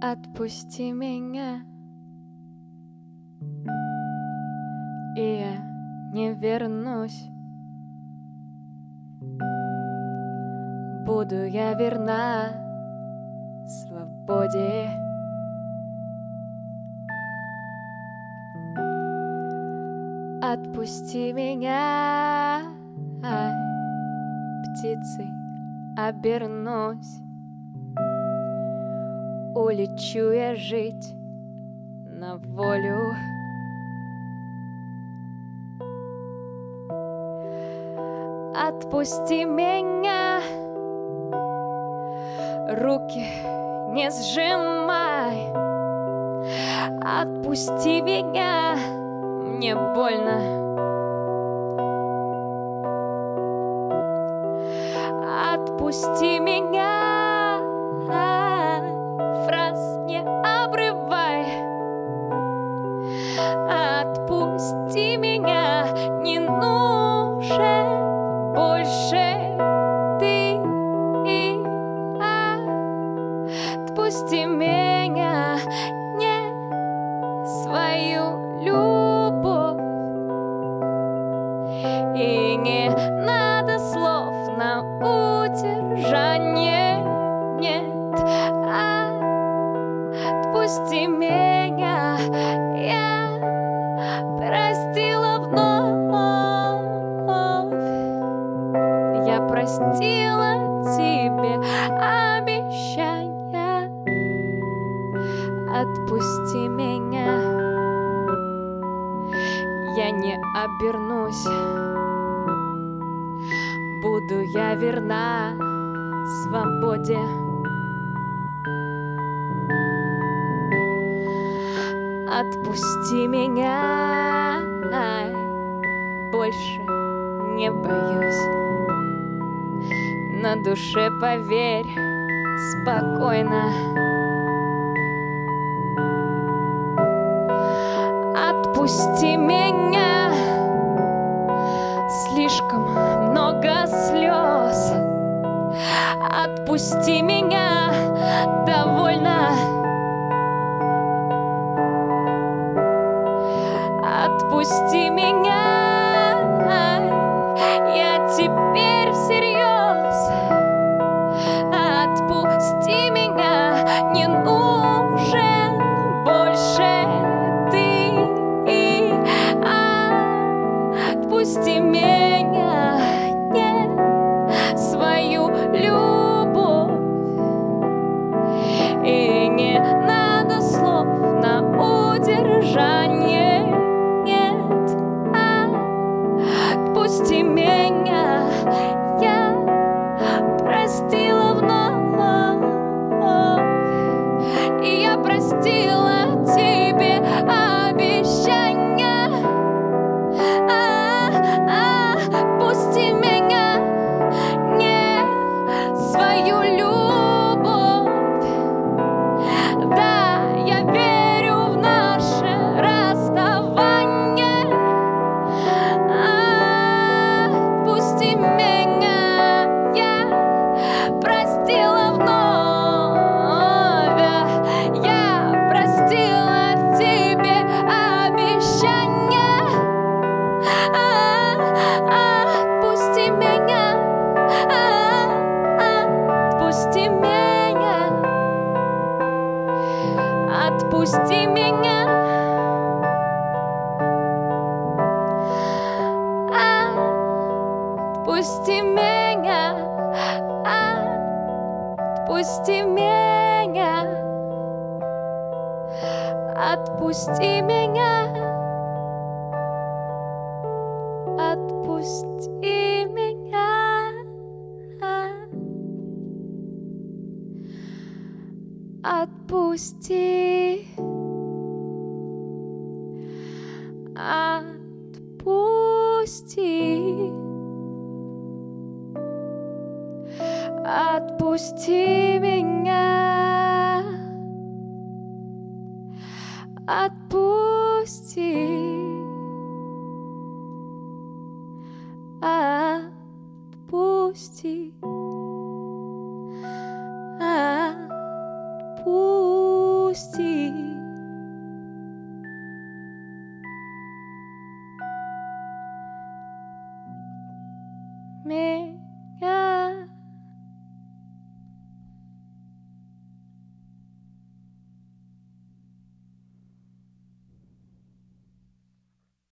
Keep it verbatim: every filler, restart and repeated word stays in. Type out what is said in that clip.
Отпусти меня, и я не вернусь. Буду я верна свободе. Отпусти меня, ай, птицей обернусь. Улечу я жить на волю. Отпусти меня, руки не сжимай. Отпусти меня, мне больно. Отпусти меня, фраз не обрывай. Отпусти меня, не нужен больше ты. Отпусти меня, не свою любовь. И не надо слов на удержание. Нет, отпусти меня, я простила вновь. Я простила тебе обещания. Отпусти меня, я не обернусь. Буду я верна свободе. Отпусти меня, ай, больше не боюсь. На душе, поверь, спокойно. Отпусти меня, слишком много слез. Отпусти меня, довольно. Отпусти меня, я теперь всерьез. Отпусти меня, не нужен больше ты. Отпусти меня, не свою любовь. И не надо слов на удержание. Нет, отпусти меня, я простила вновь. И я простила тебе обещания. Отпусти меня, не свою любовь. Да, я верю в наше расставание. Отпусти меня, я простила вновь. Я простила тебе обещания. Отпусти меня, отпусти меня. Отпусти меня, отпусти меня, отпусти меня. Отпусти меня, отпусти меня. Отпусти, отпусти, отпусти меня. Отпусти, отпусти, отпусти. грусти. Медленно